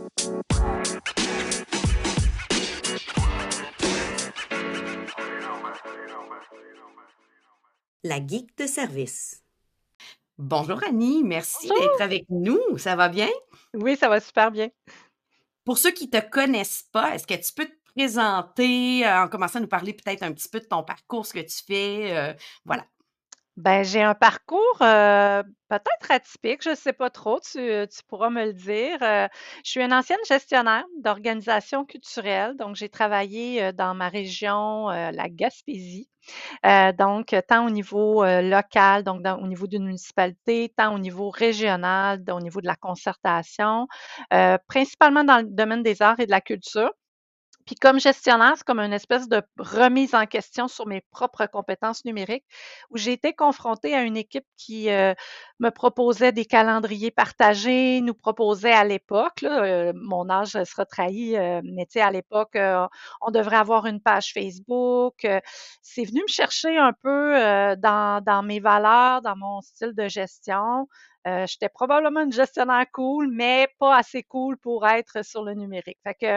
La geek de service. Bonjour Annie, merci Bonjour. d'être avec nous. Ça va bien? Oui, ça va super bien. Pour ceux qui te connaissent pas, est-ce que tu peux te présenter en commençant à nous parler peut-être un petit peu de ton parcours, ce que tu fais? Voilà. Ben, j'ai un parcours peut-être atypique, je ne sais pas trop, tu pourras me le dire. Je suis une ancienne gestionnaire d'organisation culturelle, donc j'ai travaillé dans ma région, la Gaspésie. Donc, tant au niveau local, donc au niveau d'une municipalité, tant au niveau régional, au niveau de la concertation, principalement dans le domaine des arts et de la culture. Puis comme gestionnaire, c'est comme une espèce de remise en question sur mes propres compétences numériques, où j'ai été confrontée à une équipe qui me proposait des calendriers partagés, nous proposait à l'époque, là, mon âge sera trahi, mais tu sais, à l'époque, on devrait avoir une page Facebook. C'est venu me chercher un peu dans mes valeurs, dans mon style de gestion. J'étais probablement une gestionnaire cool, mais pas assez cool pour être sur le numérique. Fait que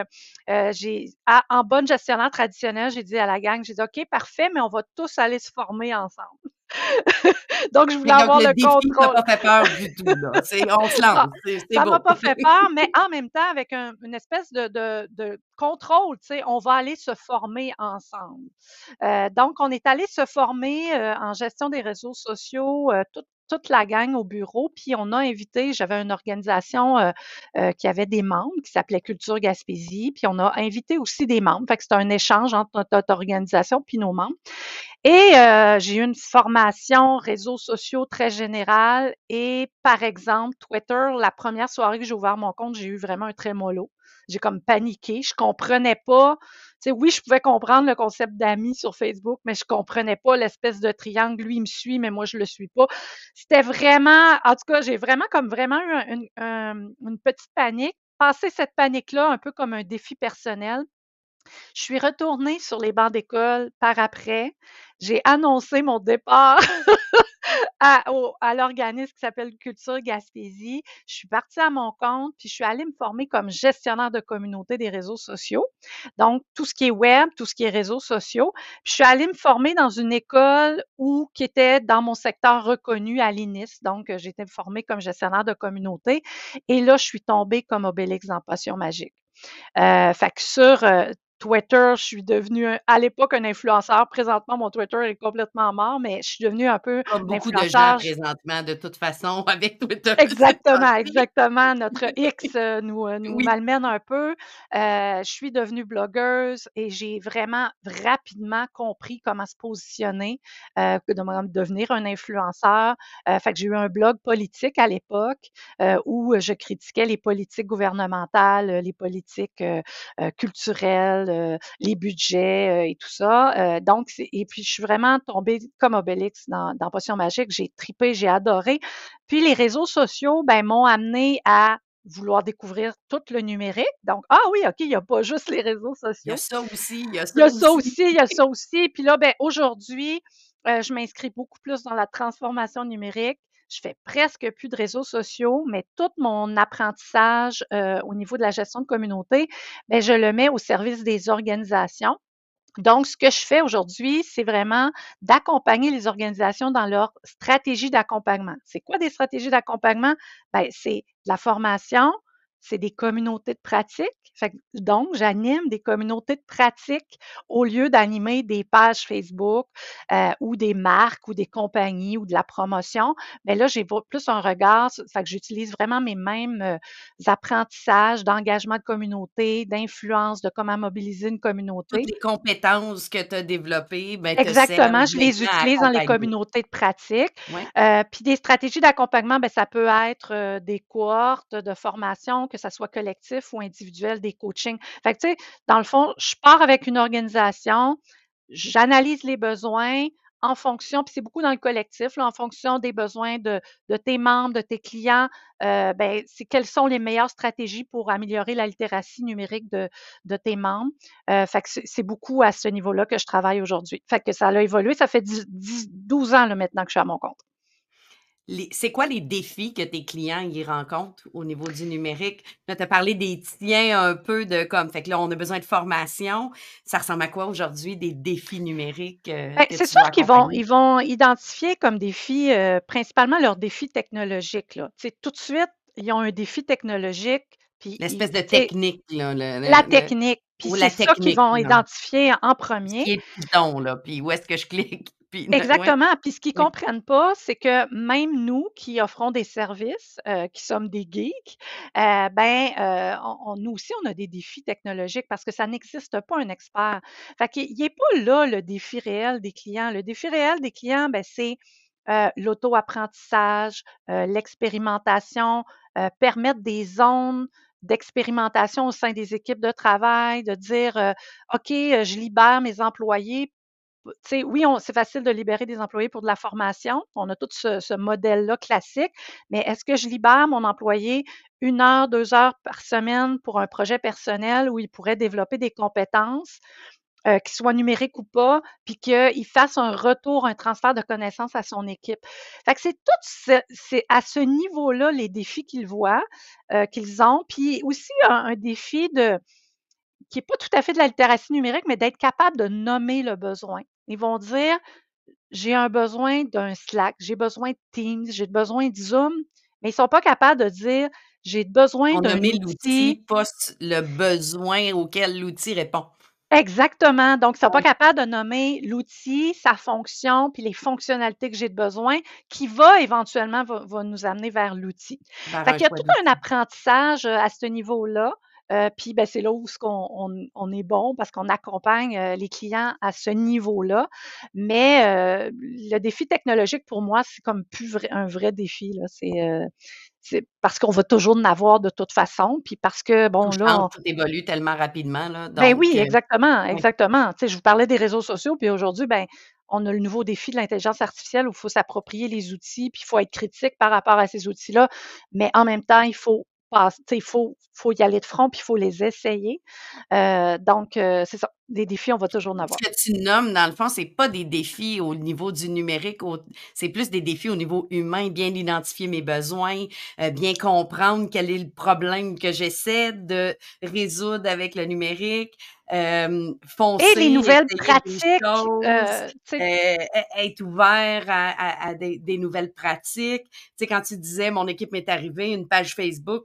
en bonne gestionnaire traditionnelle, j'ai dit à la gang, j'ai dit, OK, parfait, mais on va tous aller se former ensemble. Donc, je voulais Donc, avoir le le défi t'a contrôle. pas fait peur du tout, là. On se Non, lance, c'est ça m'a beau. pas fait peur, mais en même temps, avec une espèce de contrôle, tu sais, on va aller se former ensemble. Donc, on est allé se former en gestion des réseaux sociaux, toute la gang au bureau, puis on a invité, j'avais une organisation qui avait des membres, qui s'appelait Culture Gaspésie, puis on a invité aussi des membres. Fait que c'est un échange entre notre organisation puis nos membres. Et j'ai eu une formation réseaux sociaux très générale et par exemple, Twitter, la première soirée que j'ai ouvert mon compte, j'ai eu vraiment un trémolo. J'ai comme paniqué, je comprenais pas. Tu sais, oui, je pouvais comprendre le concept d'amis sur Facebook, mais je comprenais pas l'espèce de triangle. Lui, il me suit, mais moi, je le suis pas. C'était vraiment, en tout cas, j'ai vraiment comme vraiment eu une petite panique. Passer cette panique-là un peu comme un défi personnel. Je suis retournée sur les bancs d'école par après. J'ai annoncé mon départ à l'organisme qui s'appelle Culture Gaspésie. Je suis partie à mon compte, puis je suis allée me former comme gestionnaire de communauté des réseaux sociaux. Donc, tout ce qui est web, tout ce qui est réseaux sociaux. Puis je suis allée me former dans une école qui était dans mon secteur reconnu à l'INIS. Donc, j'ai été formée comme gestionnaire de communauté. Et là, je suis tombée comme Obélix dans Potion magique. Fait que sur Twitter, je suis devenue à l'époque un influenceur. Présentement, mon Twitter est complètement mort, mais je suis devenue un peu Comme beaucoup de gens l'influenceur. présentement, de toute façon, avec Twitter ces Exactement, temps-ci. exactement. Notre X nous Oui. malmène un peu. Je suis devenue blogueuse et j'ai vraiment rapidement compris comment se positionner, comment devenir un influenceur. Fait que j'ai eu un blog politique à l'époque où je critiquais les politiques gouvernementales, les politiques culturelles, les budgets et tout ça. Donc, et puis je suis vraiment tombée comme Obélix dans Potion magique. J'ai tripé, j'ai adoré. Puis les réseaux sociaux, ben, m'ont amené à vouloir découvrir tout le numérique. Donc, ah oui, OK, il n'y a pas juste les réseaux Il y a sociaux. ça aussi, il y a Il y ça a ça aussi. aussi, il y a ça aussi. Puis là, ben, aujourd'hui, je m'inscris beaucoup plus dans la transformation numérique. Je fais presque plus de réseaux sociaux, mais tout mon apprentissage au niveau de la gestion de communauté, ben, je le mets au service des organisations. Donc, ce que je fais aujourd'hui, c'est vraiment d'accompagner les organisations dans leur stratégie d'accompagnement. C'est quoi des stratégies d'accompagnement? Ben, c'est de la formation, c'est des communautés de pratique. Donc, j'anime des communautés de pratique au lieu d'animer des pages Facebook ou des marques ou des compagnies ou de la promotion. Mais là, j'ai plus un regard, fait que j'utilise vraiment mes mêmes apprentissages d'engagement de communauté, d'influence, de comment mobiliser une Toutes communauté. les compétences que tu as développées, ben, te servent Exactement, je les maintenant à utilise dans les accompagner. communautés de pratique. Ouais. Puis des stratégies d'accompagnement, ben, ça peut être des cohortes de formation, que ça soit collectif ou individuel, des coachings. Fait que, tu sais, dans le fond, je pars avec une organisation, j'analyse les besoins en fonction, puis c'est beaucoup dans le collectif, là, en fonction des besoins de tes membres, de tes clients, ben, c'est quelles sont les meilleures stratégies pour améliorer la littératie numérique de tes membres. Fait que c'est beaucoup à ce niveau-là que je travaille aujourd'hui. Fait que ça a évolué. Ça fait 12 ans là, maintenant que je suis à mon compte. c'est quoi les défis que tes clients y rencontrent au niveau du numérique? Là, tu as parlé des tiens un peu de comme fait que là, on a besoin de formation. Ça ressemble à quoi aujourd'hui des défis numériques, Ben, que c'est tu sûr dois qu'ils vont accompagner? ils vont identifier comme défi, principalement leurs défis technologiques, là. Tu sais, tout de suite, ils ont un défi technologique, puis L'espèce de tu sais, technique là, la le technique, puis ou c'est la ça qu'ils technique vont là, identifier en ce premier. qui est Python là, puis où est-ce que je clique? Puis ouais, Exactement, puis ce qu'ils oui. comprennent pas, c'est que même nous qui offrons des services, qui sommes des geeks, on nous aussi, on a des défis technologiques parce que ça n'existe pas un expert. Fait qu'il est pas là le défi réel des clients. Le défi réel des clients, ben, c'est, l'auto-apprentissage, l'expérimentation, permettre des zones d'expérimentation au sein des équipes de travail, de dire, «OK, je libère mes employés tu sais, oui, c'est facile de libérer des employés pour de la formation. On a tout ce modèle-là classique. Mais est-ce que je libère mon employé 1 heure, 2 heures par semaine pour un projet personnel où il pourrait développer des compétences, qu'ils soient numériques ou pas, puis qu'il fasse un retour, un transfert de connaissances à son équipe? Fait que c'est à ce niveau-là les défis qu'ils voient, qu'ils ont. Puis aussi un défi qui est pas tout à fait de la littératie numérique, mais d'être capable de nommer le besoin. Ils vont dire: «J'ai un besoin d'un Slack, j'ai besoin de Teams, j'ai besoin de Zoom», mais ils sont pas capables de dire: «J'ai besoin On d'un nommait l'outil, outil». pas le besoin auquel l'outil répond. Exactement, donc ils sont pas Ouais, capables de nommer l'outil, sa fonction, puis les fonctionnalités que j'ai de besoin, qui va éventuellement va nous amener vers l'outil. vers Fait un qu'il y a choix tout un d'outil. apprentissage, à ce niveau-là, puis, ben, c'est là où ce qu'on on est bon parce qu'on accompagne, les clients à ce niveau-là. Mais, le défi technologique pour moi, c'est comme plus un vrai défi, là. C'est parce qu'on va toujours en avoir de toute façon, puis parce que Tout bon change, là, tout évolue tellement rapidement là, ben donc oui, exactement, oui. exactement. Tu sais, je vous parlais des réseaux sociaux, puis aujourd'hui, ben, on a le nouveau défi de l'intelligence artificielle où il faut s'approprier les outils, puis il faut être critique par rapport à ces outils-là. Mais en même temps, il faut tu sais, il faut y aller de front, puis il faut les essayer. C'est ça, des défis, on va toujours en avoir. Ce que tu nommes, dans le fond, c'est pas des défis au niveau du numérique, c'est plus des défis au niveau humain, bien identifier mes besoins, bien comprendre quel est le problème que j'essaie de résoudre avec le numérique, Et les foncer, nouvelles essayer des pratiques, choses, tu sais. être ouvert à des nouvelles pratiques. Tu sais, quand tu disais: «Mon équipe m'est arrivée, une page Facebook»,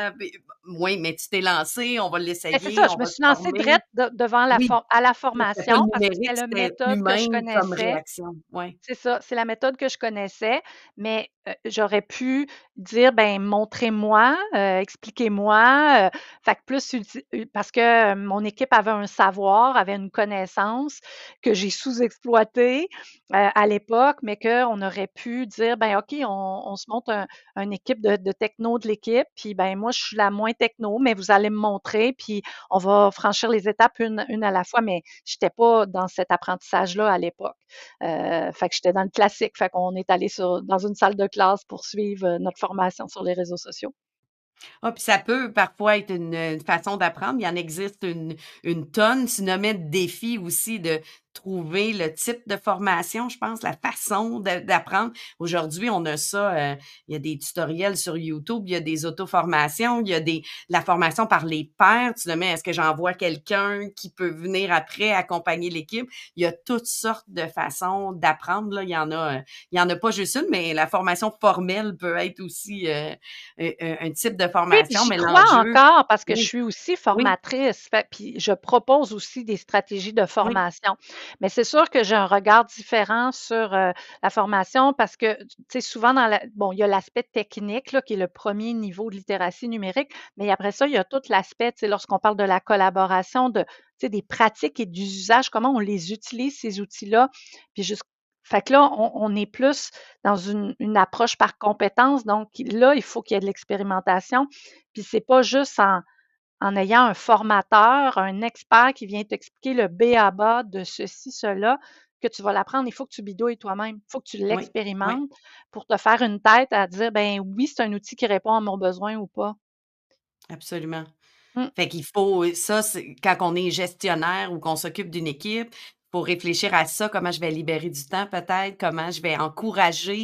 oui, mais tu t'es lancé, on va Ben, c'est ça, l'essayer, je on me va se suis lancée former. direct devant Oui. à la C'était pas formation parce que numérique, c'était la c'était méthode que humain je comme connaissais. réaction. Ouais. C'est ça, c'est la méthode que je connaissais, mais j'aurais pu dire: «Ben, montrez-moi, expliquez-moi», fait que plus parce que mon équipe avait un savoir, avait une connaissance que j'ai sous-exploitée, à l'époque, mais qu'on aurait pu dire: «Ben, OK, on se monte une équipe de techno de l'équipe, puis, ben, moi, je suis la moins techno, mais vous allez me montrer, puis on va franchir les étapes une à la fois», mais j'étais pas dans cet apprentissage-là à l'époque. Fait que j'étais dans le classique. Fait qu'on est allé dans une salle de classe pour suivre notre formation sur les réseaux sociaux. Ah, puis ça peut parfois être une façon d'apprendre. Il en existe une tonne. Tu nommais défi aussi de trouver le type de formation, je pense, la façon d'apprendre. Aujourd'hui, on a ça, il y a des tutoriels sur YouTube, il y a des auto-formations, il y a la formation par les pairs. Tu nommais, est-ce que j'envoie quelqu'un qui peut venir après accompagner l'équipe? Il y a toutes sortes de façons d'apprendre, là. Il y en a pas juste une, mais la formation formelle peut être aussi, un type de Oui, puis formation, j'y mais crois l'enjeu encore parce que je oui, suis aussi oui, formatrice, fait puis je propose aussi des stratégies de oui, formation. Mais c'est sûr que j'ai un regard différent sur, la formation parce que, tu sais, souvent bon, il y a l'aspect technique, là, qui est le premier niveau de littératie numérique, mais après ça, il y a tout l'aspect, tu sais, lorsqu'on parle de la collaboration, tu sais, des pratiques et d'usage, comment on les utilise, ces outils-là, puis jusqu fait que là, on est plus dans une approche par compétence. Donc là, il faut qu'il y ait de l'expérimentation. Puis c'est pas juste en ayant un formateur, un expert qui vient t'expliquer le B à bas de ceci, cela, que tu vas l'apprendre. Il faut que tu bidouilles toi-même. Il faut que tu oui, oui, l'expérimentes pour te faire une tête à dire, ben oui, c'est un outil qui répond à mon besoin ou pas. absolument. Mmh. Fait qu'il faut ça, c'est quand on est gestionnaire ou qu'on s'occupe d'une équipe, faut réfléchir à ça, comment je vais libérer du temps peut-être, comment je vais encourager,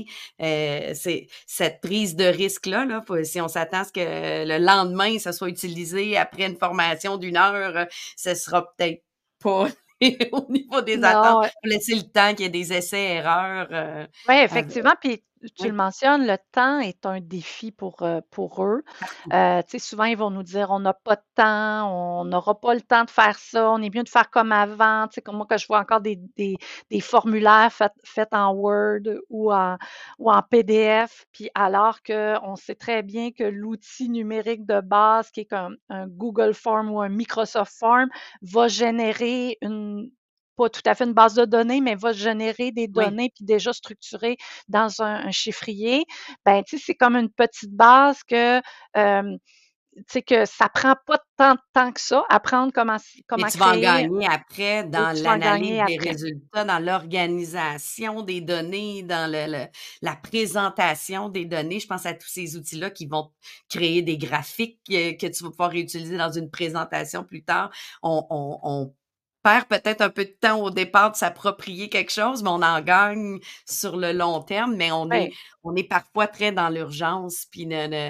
cette prise de risque-là, là. Si on s'attend à ce que le lendemain, ça soit utilisé après une formation d'une heure, ce sera peut-être pas au niveau des attentes. Non. Faut laisser le temps qu'il y ait des essais-erreurs, Oui, av effectivement, puis tu le oui, mentionnes, le temps est un défi pour eux. partout. Tu sais, souvent, ils vont nous dire: «On n'a pas de temps, on n'aura pas le temps de faire ça, on est mieux de faire comme avant». Tu sais, comme moi, que je vois encore des formulaires faits en Word ou en PDF, puis alors qu'on sait très bien que l'outil numérique de base, qui est comme un Google Form ou un Microsoft Form, va générer une pas tout à fait une base de données, mais va générer des Oui. données puis déjà structurées dans un chiffrier. Ben, tu sais, c'est comme une petite base que, tu sais, que ça prend pas tant de temps que ça, apprendre Mais comment tu vas en créer gagner après et dans tu vas en l'analyse gagner des après. résultats, dans l'organisation des données, dans la présentation des données. Je pense à tous ces outils-là qui vont créer des graphiques que tu vas pouvoir réutiliser dans une présentation plus tard. On perd peut-être un peu de temps au départ de s'approprier quelque chose, mais on en gagne sur le long terme, mais Ouais. on est parfois très dans l'urgence, puis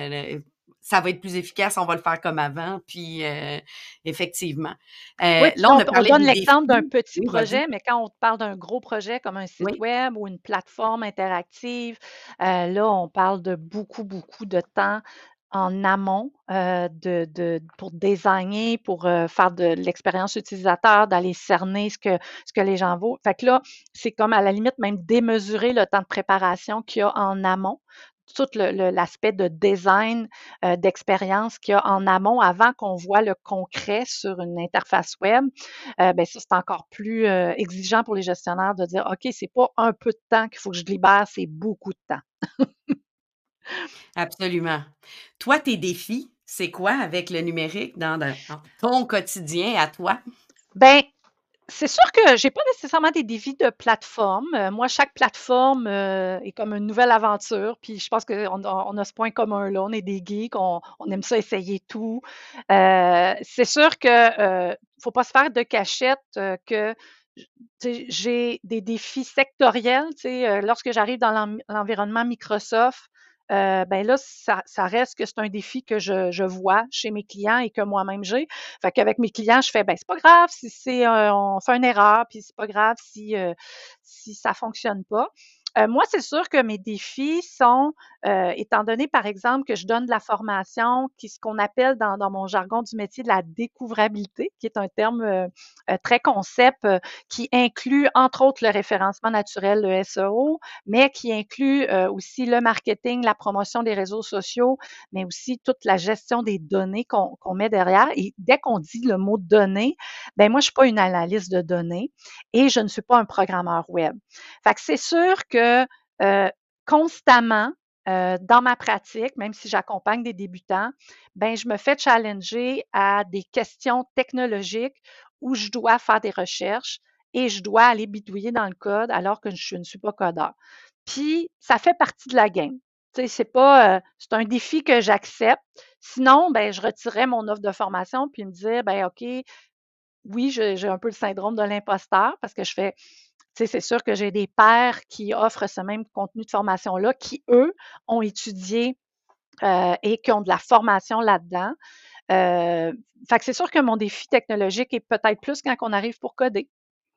ça va être plus efficace, on va le faire comme avant, puis effectivement. Oui, puis Là, on a on parlé donne des l'exemple d'un défis. petit Oui, vas-y. projet, mais quand on parle d'un gros projet comme un site Oui, web ou une plateforme interactive, là, on parle de beaucoup, beaucoup de temps en amont, pour designer, pour, faire de l'expérience utilisateur, d'aller cerner ce que les gens vaut. Fait que là, c'est comme à la limite même démesurer le temps de préparation qu'il y a en amont. Tout l'aspect de design, d'expérience qu'il y a en amont avant qu'on voit le concret sur une interface web, ben ça, c'est encore plus, exigeant pour les gestionnaires de dire: «OK, c'est pas un peu de temps qu'il faut que je libère, c'est beaucoup de temps». absolument. Toi, tes défis, c'est quoi avec le numérique dans ton quotidien à toi? Ben, c'est sûr que j'ai pas nécessairement des défis de plateforme. Moi, chaque plateforme, est comme une nouvelle aventure, puis je pense qu'on a ce point commun-là. On est des geeks, on aime ça essayer tout. C'est sûr que, faut pas se faire de cachette, que j tu sais, j'ai des défis sectoriels, tu sais, lorsque j'arrive dans l'environnement Microsoft, ben là, ça reste que c'est un défi que je vois chez mes clients et que moi-même j'ai. Fait qu'avec mes clients, je fais: «Ben, c'est pas grave si on fait une erreur, puis c'est pas grave si ça fonctionne pas». Moi, c'est sûr que mes défis sont, étant donné, par exemple, que je donne de la formation qui ce qu'on appelle dans mon jargon du métier de la découvrabilité, qui est un terme, très concept, qui inclut entre autres le référencement naturel, le SEO, mais qui inclut, aussi le marketing, la promotion des réseaux sociaux, mais aussi toute la gestion des données qu'on met derrière. Et dès qu'on dit le mot données, ben moi, je suis pas une analyste de données et je ne suis pas un programmeur web. Fait que c'est sûr que constamment, dans ma pratique, même si j'accompagne des débutants, ben je me fais challenger à des questions technologiques où je dois faire des recherches et je dois aller bidouiller dans le code alors que je ne suis pas codeur. Puis ça fait partie de la game. Tu sais, c'est un défi que j'accepte. Sinon, ben, je retirais mon offre de formation puis me dire, ben, OK, oui, j'ai un peu le syndrome de l'imposteur parce que je fais, tu sais, c'est sûr que j'ai des pairs qui offrent ce même contenu de formation-là, qui, eux, ont étudié et qui ont de la formation là-dedans. Euh, Fait que c'est sûr que mon défi technologique est peut-être plus quand on arrive pour coder.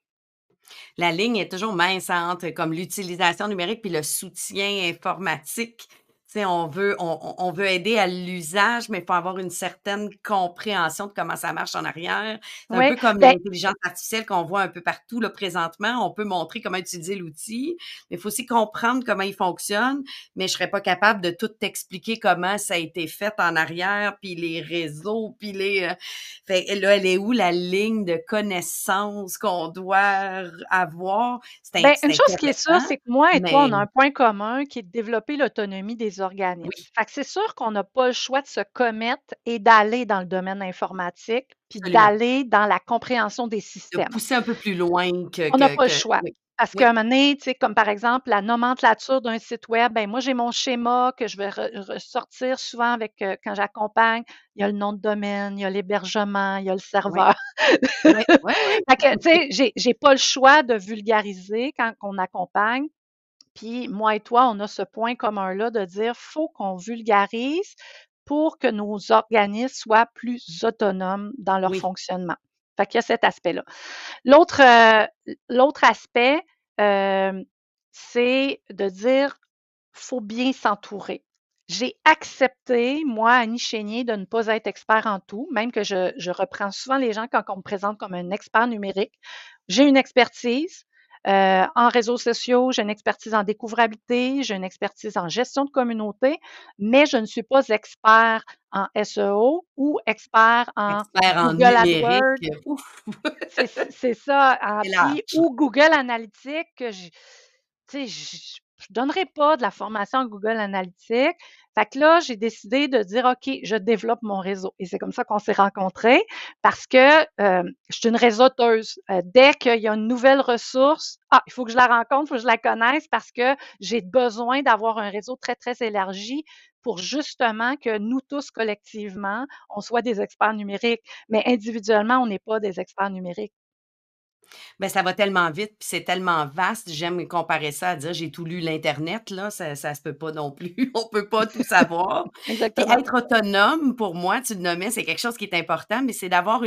La ligne est toujours mince entre comme l'utilisation numérique puis le soutien informatique. Tu sais, on veut aider à l'usage, mais il faut avoir une certaine compréhension de comment ça marche en arrière. C'est un Oui, peu comme ben, l'intelligence artificielle qu'on voit un peu partout là, présentement. On peut montrer comment utiliser l'outil, mais il faut aussi comprendre comment il fonctionne, mais je serais pas capable de tout t'expliquer comment ça a été fait en arrière, puis les réseaux, puis fait que là, elle est où la ligne de connaissance qu'on doit avoir? Ben, une C'est chose qui est sûre, intéressant, c'est que moi et toi, mais on a un point commun qui est de développer l'autonomie des organismes. oui, Fait que c'est sûr qu'on n'a pas le choix de se commettre et d'aller dans le domaine informatique, puis absolument. d'aller dans la compréhension des De systèmes. pousser un peu plus loin On n'a pas le choix. oui. Parce qu'à un Oui, moment donné, tu sais, comme par exemple la nomenclature d'un site web, ben moi j'ai mon schéma que je vais ressortir souvent avec quand j'accompagne. Il y a le nom de domaine, il y a l'hébergement, il y a le oui, serveur. oui, oui, oui. Fait que, tu sais, j'ai pas le choix de vulgariser quand on accompagne. Puis moi et toi, on a ce point commun-là de dire faut qu'on vulgarise pour que nos organismes soient plus autonomes dans leur Oui. fonctionnement. Fait qu'il y a cet aspect-là. L'autre aspect, euh, c'est de dire faut bien s'entourer. J'ai accepté, moi, Annie Chénier, de ne pas être expert en tout, même que je reprends souvent les gens quand on me présente comme un expert numérique. J'ai une expertise en réseaux sociaux, j'ai une expertise en découvrabilité, j'ai une expertise en gestion de communauté, mais je ne suis pas expert en SEO ou expert en Expert en Google numérique, AdWords. ouf, C'est ça, c'est puis large. ou Google Analytics que tu sais, je donnerai pas de la formation en Google Analytics. Fait que là, j'ai décidé de dire, OK, je développe mon réseau. Et c'est comme ça qu'on s'est rencontrés parce que je suis une réseauteuse. Dès qu'il y a une nouvelle ressource, ah, il faut que je la rencontre, il faut que je la connaisse parce que j'ai besoin d'avoir un réseau très, très élargi pour justement que nous tous collectivement, on soit des experts numériques. Mais individuellement, on n'est pas des experts numériques. Ben, ça va tellement vite, puis c'est tellement vaste. J'aime comparer ça à dire: «J'ai tout lu l'internet», là, ça se peut pas non plus. On peut pas tout savoir. Puis Exactement. être autonome, pour moi, tu le nommais, c'est quelque chose qui est important, mais c'est d'avoir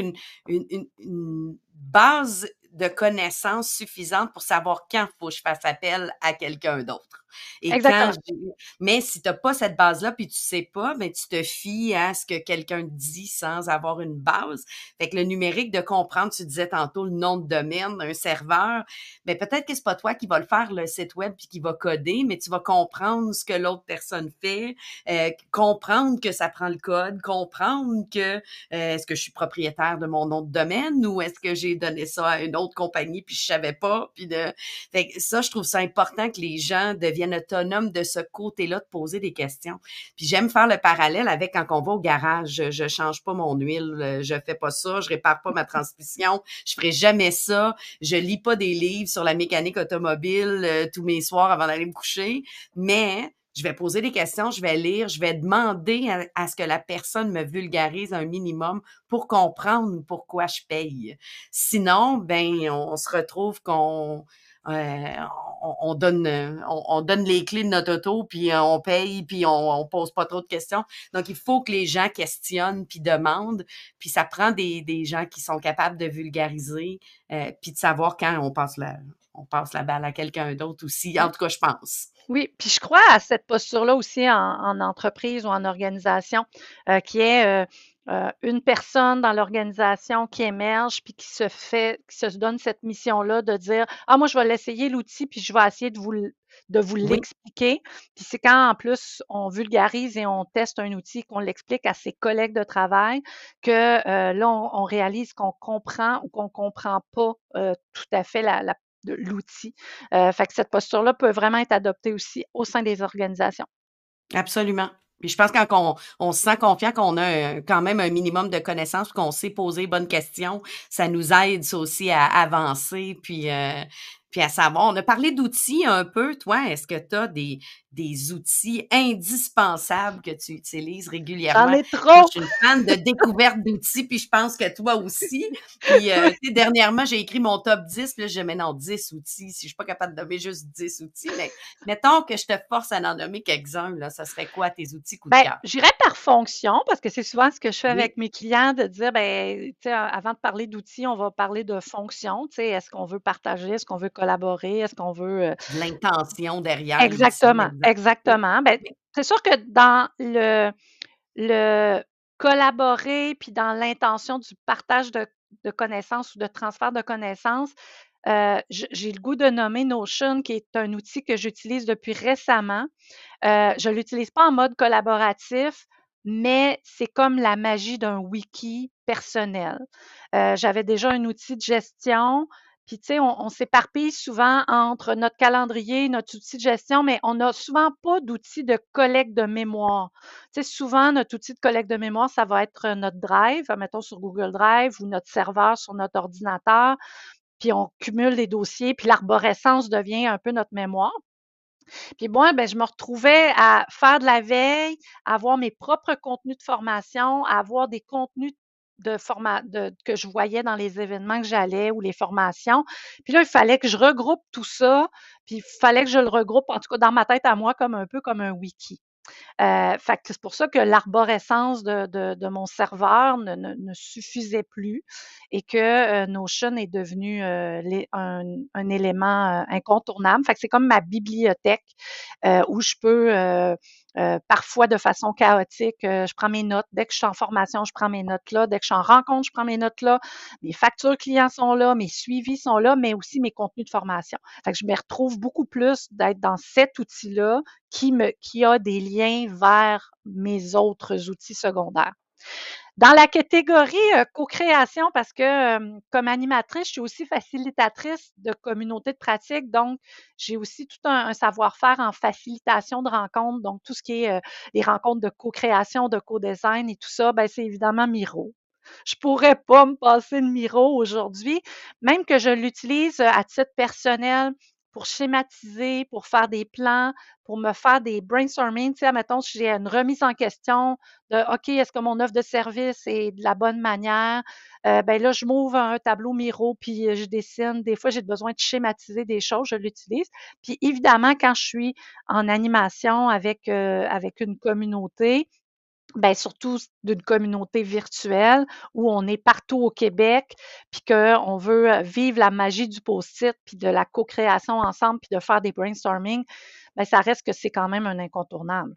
une base de connaissances suffisante pour savoir quand faut que je fasse appel à quelqu'un d'autre et quand Exactement. j'ai mais si tu as pas cette base-là, puis tu sais pas, ben, tu te fies à ce que quelqu'un dit sans avoir une base. Fait que le numérique, de comprendre, tu disais tantôt le nom de domaine, un serveur, ben peut-être que c'est pas toi qui va le faire, le site web, puis qui va coder, mais tu vas comprendre ce que l'autre personne fait, comprendre que ça prend le code, comprendre que est-ce que je suis propriétaire de mon nom de domaine ou est-ce que j'ai donné ça à une autre compagnie puis je savais pas, puis de fait que ça, je trouve ça important que les gens deviennent autonomes de ce côté-là, de poser des questions. Puis j'aime faire le parallèle avec quand on va au garage. Je change pas mon huile, je fais pas ça, je répare pas ma transmission, je ferai jamais ça. Je lis pas des livres sur la mécanique automobile tous mes soirs avant d'aller me coucher, mais je vais poser des questions, je vais lire, je vais demander à ce que la personne me vulgarise un minimum pour comprendre pourquoi je paye. Sinon, ben, on se retrouve qu'on euh, on donne les clés de notre auto, puis on paye, puis on pose pas trop de questions. Donc, il faut que les gens questionnent, puis demandent, puis ça prend des gens qui sont capables de vulgariser, puis de savoir quand on passe la balle à quelqu'un d'autre aussi. En tout cas, je pense. Oui, puis je crois à cette posture-là aussi en entreprise ou en organisation, qui est une personne dans l'organisation qui émerge puis qui se donne cette mission-là de dire ah moi je vais l'essayer l'outil puis je vais essayer de vous Oui, l'expliquer. Puis c'est quand en plus on vulgarise et on teste un outil qu'on l'explique à ses collègues de travail que là on réalise qu'on comprend ou qu'on comprend pas tout à fait l'outil. Fait que cette posture-là peut vraiment être adoptée aussi au sein des organisations. absolument. Puis je pense quand on se sent confiant, qu'on a quand même un minimum de connaissances, qu'on sait poser les bonnes questions, ça nous aide ça aussi à avancer, puis à savoir. On a parlé d'outils un peu. Toi, est-ce que tu as des outils indispensables que tu utilises J'en régulièrement? ai Moi, trop! je suis une fan de découverte d'outils, puis je pense que toi aussi. Puis, tu sais, dernièrement, j'ai écrit mon top 10, puis là, je disais, mais non, 10 outils. Si je suis pas capable de nommer juste 10 outils, mais mettons que je te force à en nommer quelques-uns, là, ça serait quoi tes outils coup de Ben, cœur? j'irais par fonction parce que c'est souvent ce que je fais Oui, avec mes clients de dire, ben, tu sais, avant de parler d'outils, on va parler de fonction. Tu sais, est-ce qu'on veut partager? Est-ce qu'on veut collaborer? Est-ce qu'on veut de l'intention derrière l'outil, exactement, exact. Oui, exactement. Ben, oui, c'est sûr que dans le collaborer, puis dans l'intention du partage de connaissances ou de transfert de connaissances, j'ai le goût de nommer Notion, qui est un outil que j'utilise depuis récemment. Je ne l'utilise pas en mode collaboratif, mais c'est comme la magie d'un wiki personnel. J'avais déjà un outil de gestion, puis tu sais, on s'éparpille souvent entre notre calendrier, notre outil de gestion, mais on n'a souvent pas d'outil de collecte de mémoire. Tu sais, souvent, notre outil de collecte de mémoire, ça va être notre Drive, mettons sur Google Drive ou notre serveur sur notre ordinateur. puis on cumule les dossiers, puis l'arborescence devient un peu notre mémoire. Puis moi, ben, je me retrouvais à faire de la veille, à avoir mes propres contenus de formation, à avoir des contenus que je voyais dans les événements que j'allais ou les formations. Puis là, il fallait que je regroupe tout ça, puis il fallait que je le regroupe, en tout cas dans ma tête à moi, comme un peu comme un wiki. Fait que c'est pour ça que l'arborescence de mon serveur ne suffisait plus et que Notion est devenu un élément incontournable. Fait que c'est comme ma bibliothèque où je peux parfois de façon chaotique, je prends mes notes. Dès que je suis en formation, je prends mes notes là. Dès que je suis en rencontre, je prends mes notes là. Mes factures clients sont là, mes suivis sont là, mais aussi mes contenus de formation. Fait que je me retrouve beaucoup plus d'être dans cet outil-là qui a des liens vers mes autres outils secondaires. Dans la catégorie co-création, parce que comme animatrice, je suis aussi facilitatrice de communautés de pratique, donc j'ai aussi tout un savoir-faire en facilitation de rencontres, donc tout ce qui est les rencontres de co-création, de co-design et tout ça, ben, c'est évidemment Miro. Je pourrais pas me passer de Miro aujourd'hui, même que je l'utilise à titre personnel pour schématiser, pour faire des plans, pour me faire des brainstorming. Tu sais, admettons, si j'ai une remise en question de OK, est-ce que mon offre de service est de la bonne manière? Ben là, je m'ouvre un tableau Miro, puis je dessine. Des fois, j'ai besoin de schématiser des choses, je l'utilise. Puis évidemment, quand je suis en animation avec une communauté, ben surtout d'une communauté virtuelle où on est partout au Québec, puis qu'on veut vivre la magie du post-it, puis de la co-création ensemble, puis de faire des brainstorming, ben ça reste que c'est quand même un incontournable.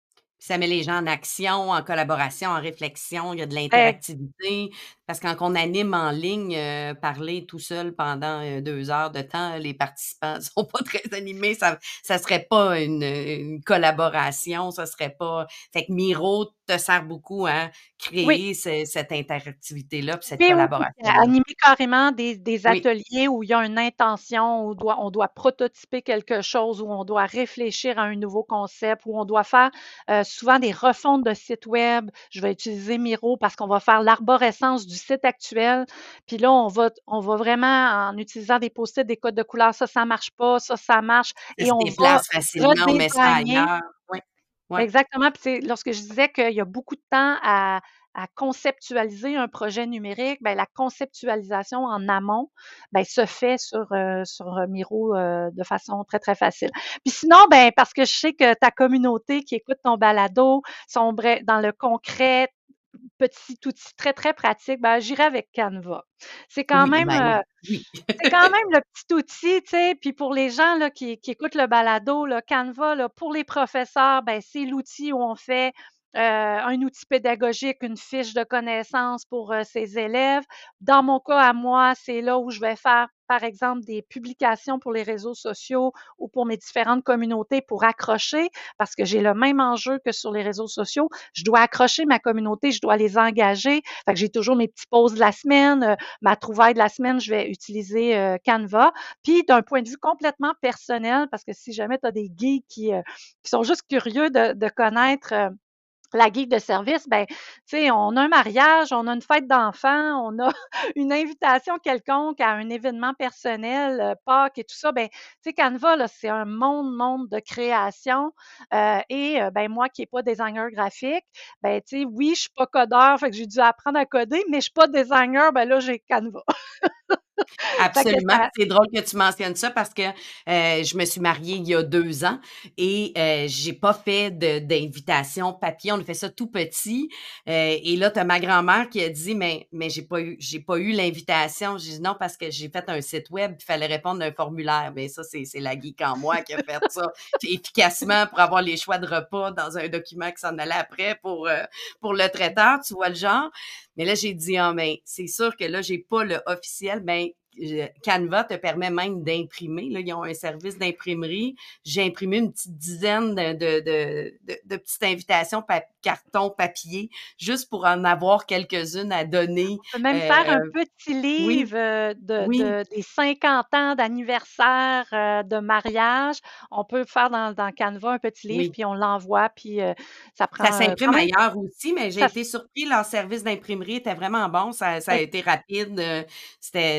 Ça met les gens en action, en collaboration, en réflexion, il y a de Eh, l'interactivité. Parce que quand on anime en ligne, parler tout seul pendant, 2 heures de temps, les participants sont pas très animés, ça serait pas une collaboration, ça serait pas fait que Miro te sert beaucoup à oui, créer cette interactivité-là, puis cette oui, oui, oui, collaboration-là. animer carrément des Oui. ateliers où il y a une intention, où on doit prototyper quelque chose, où on doit réfléchir à un nouveau concept, où on doit faire souvent des refontes de sites web. Je vais utiliser Miro parce qu'on va faire l'arborescence du site actuel. Puis là, on va vraiment, en utilisant des post-it, des codes de couleur, ça marche pas, ça marche, Ça et se on va déplace facilement, on met ça redesigner. ailleurs. Oui. Ouais. Exactement, puis c'est lorsque je disais qu'il y a beaucoup de temps à conceptualiser un projet numérique, ben la conceptualisation en amont, ben se fait sur Miro, de façon très, très facile. Puis sinon, ben parce que je sais que ta communauté qui écoute ton balado sont dans le concret, petit outil très, très pratique, ben j'irai avec Canva. C'est quand Oui, même, ben oui, oui. c'est quand même le petit outil, tu sais, puis pour les gens là, qui écoutent le balado, là, Canva, là, pour les professeurs, ben, c'est l'outil où on fait un outil pédagogique, une fiche de connaissances pour ses élèves. Dans mon cas à moi, c'est là où je vais faire, par exemple, des publications pour les réseaux sociaux ou pour mes différentes communautés pour accrocher, parce que j'ai le même enjeu que sur les réseaux sociaux. Je dois accrocher ma communauté, je dois les engager. Fait que j'ai toujours mes petits posts de la semaine, ma trouvaille de la semaine, je vais utiliser Canva. Puis d'un point de vue complètement personnel, parce que si jamais tu as des geeks qui sont juste curieux de connaître la geek de service, ben, tu sais, on a un mariage, on a une fête d'enfant, on a une invitation quelconque à un événement personnel, Pâques et tout ça, ben, tu sais, Canva, là, c'est un monde de création. Ben, moi qui n'ai pas designer graphique, ben, tu sais, oui, je suis pas codeur, fait que j'ai dû apprendre à coder, mais je suis pas designer, ben là, j'ai Canva. Fait que Absolument, ça puis c'est drôle que tu mentionnes ça parce que, je me suis mariée il y a 2 ans et j'ai pas fait d'invitation papier. On a fait ça tout petit, et là, tu as ma grand-mère qui a dit: «Mais j'ai pas eu l'invitation». J'ai dit: «Non, parce que j'ai fait un site web, il fallait répondre à un formulaire». Mais ça, c'est la geek en moi qui a fait ça efficacement pour avoir les choix de repas dans un document qui s'en allait après pour le traiteur, tu vois le genre? Mais là, j'ai dit: «Ah, mais c'est sûr que là, j'ai pas le officiel». Ben, Canva te permet même d'imprimer. Là, ils ont un service d'imprimerie. J'ai imprimé une petite dizaine de petites invitations carton, papier, juste pour en avoir quelques-unes à donner. peut même faire un Euh, petit oui, livre, oui, des 50 ans d'anniversaire, de mariage. On peut faire dans Canva un petit livre, oui. puis on l'envoie, puis ça Ça prend, quand s'imprime même ailleurs aussi, mais j'ai ça été surpris, leur service d'imprimerie était vraiment bon, ça a ex été rapide, c'était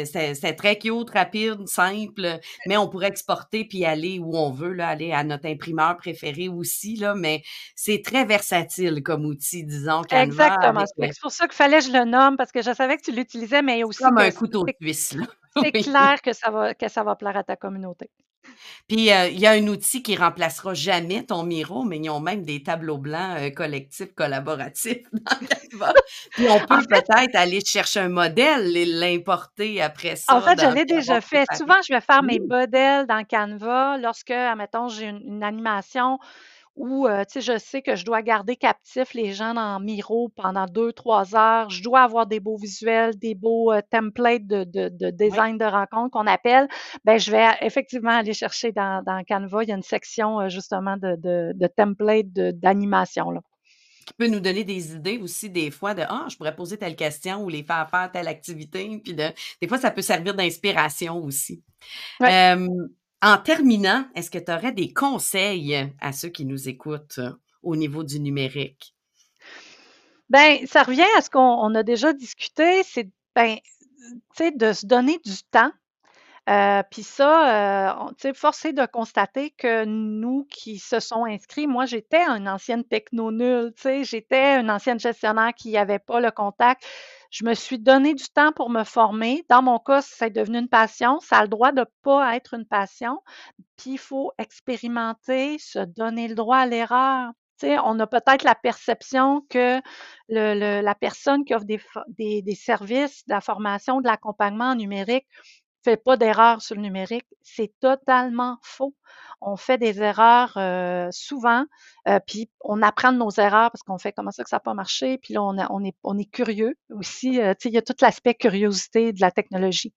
c'est très cute, rapide, simple, mais on pourrait exporter puis aller où on veut, là, aller à notre imprimeur préféré aussi, là, mais c'est très versatile comme outil, disons, Canva Exactement. avec, C'est pour ça qu'il fallait que je le nomme parce que je savais que tu l'utilisais, mais c'est aussi comme que un couteau suisse, là. c'est Oui. clair que ça va plaire à ta communauté. Puis, il y a un outil qui remplacera jamais ton Miro, mais ils ont même des tableaux blancs, collectifs collaboratifs dans Canva. Puis on En peut peut-être aller chercher un modèle et l'importer après En ça fait, je dans l'ai puis avoir déjà fait. préparé. Souvent, je vais faire mes Oui, modèles dans Canva lorsque, admettons, j'ai une animation où, tu sais, je sais que je dois garder captifs les gens dans Miro pendant 2, 3 heures. Je dois avoir des beaux visuels, des beaux, templates de oui. design de rencontre qu'on appelle. Ben, je vais effectivement aller chercher dans Canva. Il y a une section, justement de templates d'animation, là. Qui peut nous donner des idées aussi des fois de: «Ah, je pourrais poser telle question ou les faire faire telle activité», puis des fois, ça peut servir d'inspiration aussi. Ouais. Hem, En terminant, est-ce que tu aurais des conseils à ceux qui nous écoutent, au niveau du numérique? Ben, ça revient à ce qu'on a déjà discuté, c'est, ben, tu sais, de se donner du temps. Puis ça, on tu sais, force est de constater que nous qui se sont inscrits, moi, j'étais une ancienne techno nulle, tu sais, j'étais une ancienne gestionnaire qui avait pas le contact. Je me suis donné du temps pour me former. Dans mon cas, c'est devenu une passion. Ça a le droit de pas être une passion. Puis il faut expérimenter, se donner le droit à l'erreur. Tu sais, on a peut-être la perception que la personne qui offre des services, de la formation, de l'accompagnement en numérique fait pas d'erreur sur le numérique. C'est totalement faux. On fait des erreurs souvent, puis on apprend de nos erreurs parce qu'on fait comment ça que ça n'a pas marché. Puis là, on est curieux aussi. Tu sais, il y a tout l'aspect curiosité de la technologie.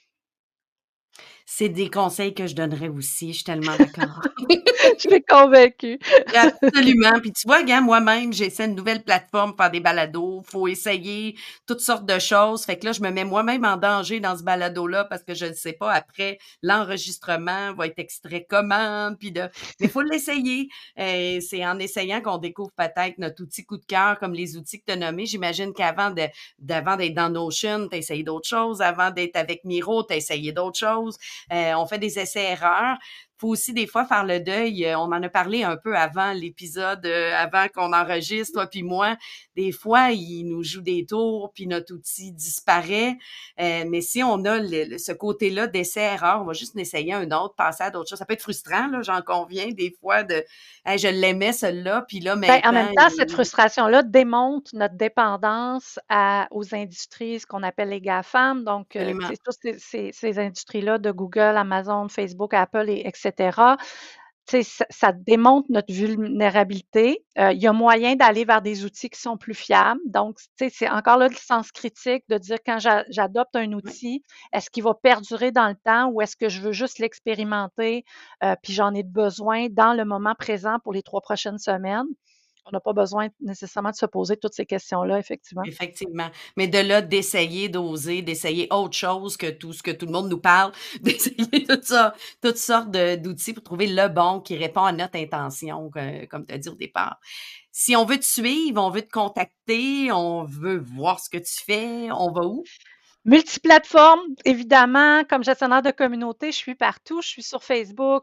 C'est des conseils que je donnerais aussi, je suis tellement d'accord. Je suis convaincue. Absolument. Puis tu vois, regarde, moi-même, j'essaie une nouvelle plateforme pour faire des balados. Faut essayer toutes sortes de choses. Fait que là, je me mets moi-même en danger dans ce balado-là parce que je ne sais pas après l'enregistrement va être extrait comment, mais faut l'essayer. C'est en essayant qu'on découvre peut-être notre outil coup de cœur comme les outils que tu as nommés. J'imagine d'avant d'être dans Notion, tu as essayé d'autres choses. Avant d'être avec Miro, tu as essayé d'autres choses. On fait des essais-erreurs. Faut aussi des fois faire le deuil. On en a parlé un peu avant l'épisode, avant qu'on enregistre, toi puis moi. Des fois, il nous joue des tours, puis notre outil disparaît. Mais si on a ce côté-là d'essai-erreur, on va juste en essayer un autre, passer à d'autres choses. Ça peut être frustrant, là, j'en conviens, des fois, hey, je l'aimais, celui-là, puis là, Ben, en maintenant, même temps, cette frustration-là démontre notre dépendance aux industries, ce qu'on appelle les GAFAM. Donc, tu absolument. sais, toutes ces industries-là de Google, Amazon, Facebook, Apple, etc. Tu sais, ça démontre notre vulnérabilité. Il y a moyen d'aller vers des outils qui sont plus fiables. Donc, tu sais, c'est encore là le sens critique de dire quand j'adopte un Ouais. outil, est-ce qu'il va perdurer dans le temps ou est-ce que je veux juste l'expérimenter, puis j'en ai besoin dans le moment présent pour les 3 prochaines semaines? On n'a pas besoin nécessairement de se poser toutes ces questions-là, effectivement. Effectivement. Mais de là, d'essayer, d'oser, d'essayer autre chose que tout ce que tout le monde nous parle, d'essayer tout ça, toutes sortes d'outils pour trouver le bon qui répond à notre intention, comme tu as dit au départ. Si on veut te suivre, on veut te contacter, on veut voir ce que tu fais, on va où? Multiplateforme, évidemment, comme gestionnaire de communauté, je suis partout. Je suis sur Facebook,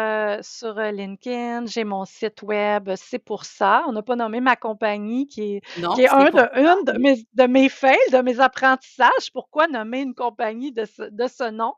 sur LinkedIn, j'ai mon site web, c'est pour ça. On n'a pas nommé ma compagnie Non, qui est c'est pour ça, une oui. de mes fails, de mes apprentissages. Pourquoi nommer une compagnie de ce nom?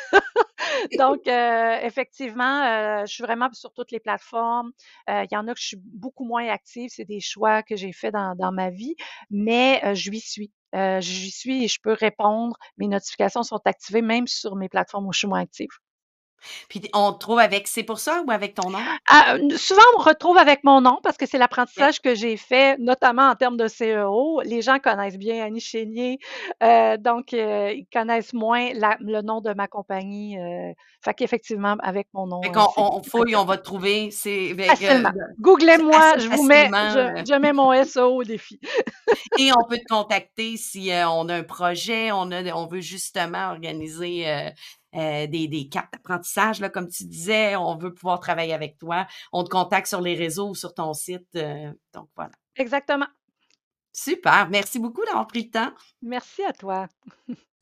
Donc, effectivement, je suis vraiment sur toutes les plateformes. Il y en a que je suis beaucoup moins active. C'est des choix que j'ai faits dans ma vie, mais j'y suis. J'y suis et je peux répondre. Mes notifications sont activées même sur mes plateformes où je suis moins active. Puis on te trouve avec C'est pour ça ou avec ton nom? Ah, souvent, on me retrouve avec mon nom parce que c'est OK. l'apprentissage que j'ai fait, notamment en termes de SEO. Les gens connaissent bien Annie Chénier, donc ils connaissent moins le nom de ma compagnie. Fait qu'effectivement, avec mon nom, Fait qu'on c'est on plus fouille, facile. on va te trouver, c'est fait Facilement. que c'est Googlez-moi, assez je vous mets, facilement, je mets mon SEO au défi. et on peut te contacter si, on a un projet, on veut justement organiser, des cartes d'apprentissage, là, comme tu disais, on veut pouvoir travailler avec toi. On te contacte sur les réseaux ou sur ton site, donc voilà. Exactement. Super, merci beaucoup d'avoir pris le temps. Merci à toi.